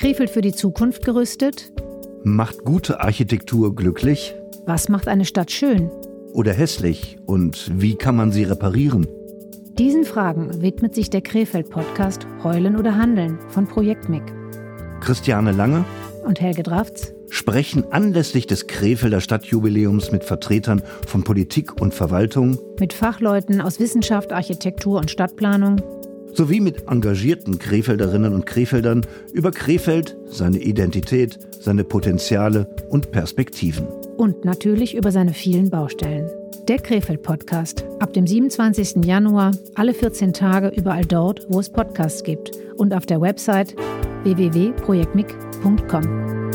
Krefeld für die Zukunft gerüstet? Macht gute Architektur glücklich? Was macht eine Stadt schön? Oder hässlich? Und wie kann man sie reparieren? Diesen Fragen widmet sich der Krefeld-Podcast Heulen oder Handeln von Projekt MIG. Christiane Lange Und Helge Drafts sprechen anlässlich des Krefelder Stadtjubiläums mit Vertretern von Politik und Verwaltung, mit Fachleuten aus Wissenschaft, Architektur und Stadtplanung sowie mit engagierten Krefelderinnen und Krefeldern über Krefeld, seine Identität, seine Potenziale und Perspektiven. und natürlich über seine vielen Baustellen. Der Krefeld-Podcast. Ab dem 27. Januar, alle 14 Tage überall dort, wo es Podcasts gibt und auf der Website www.projektmig.com.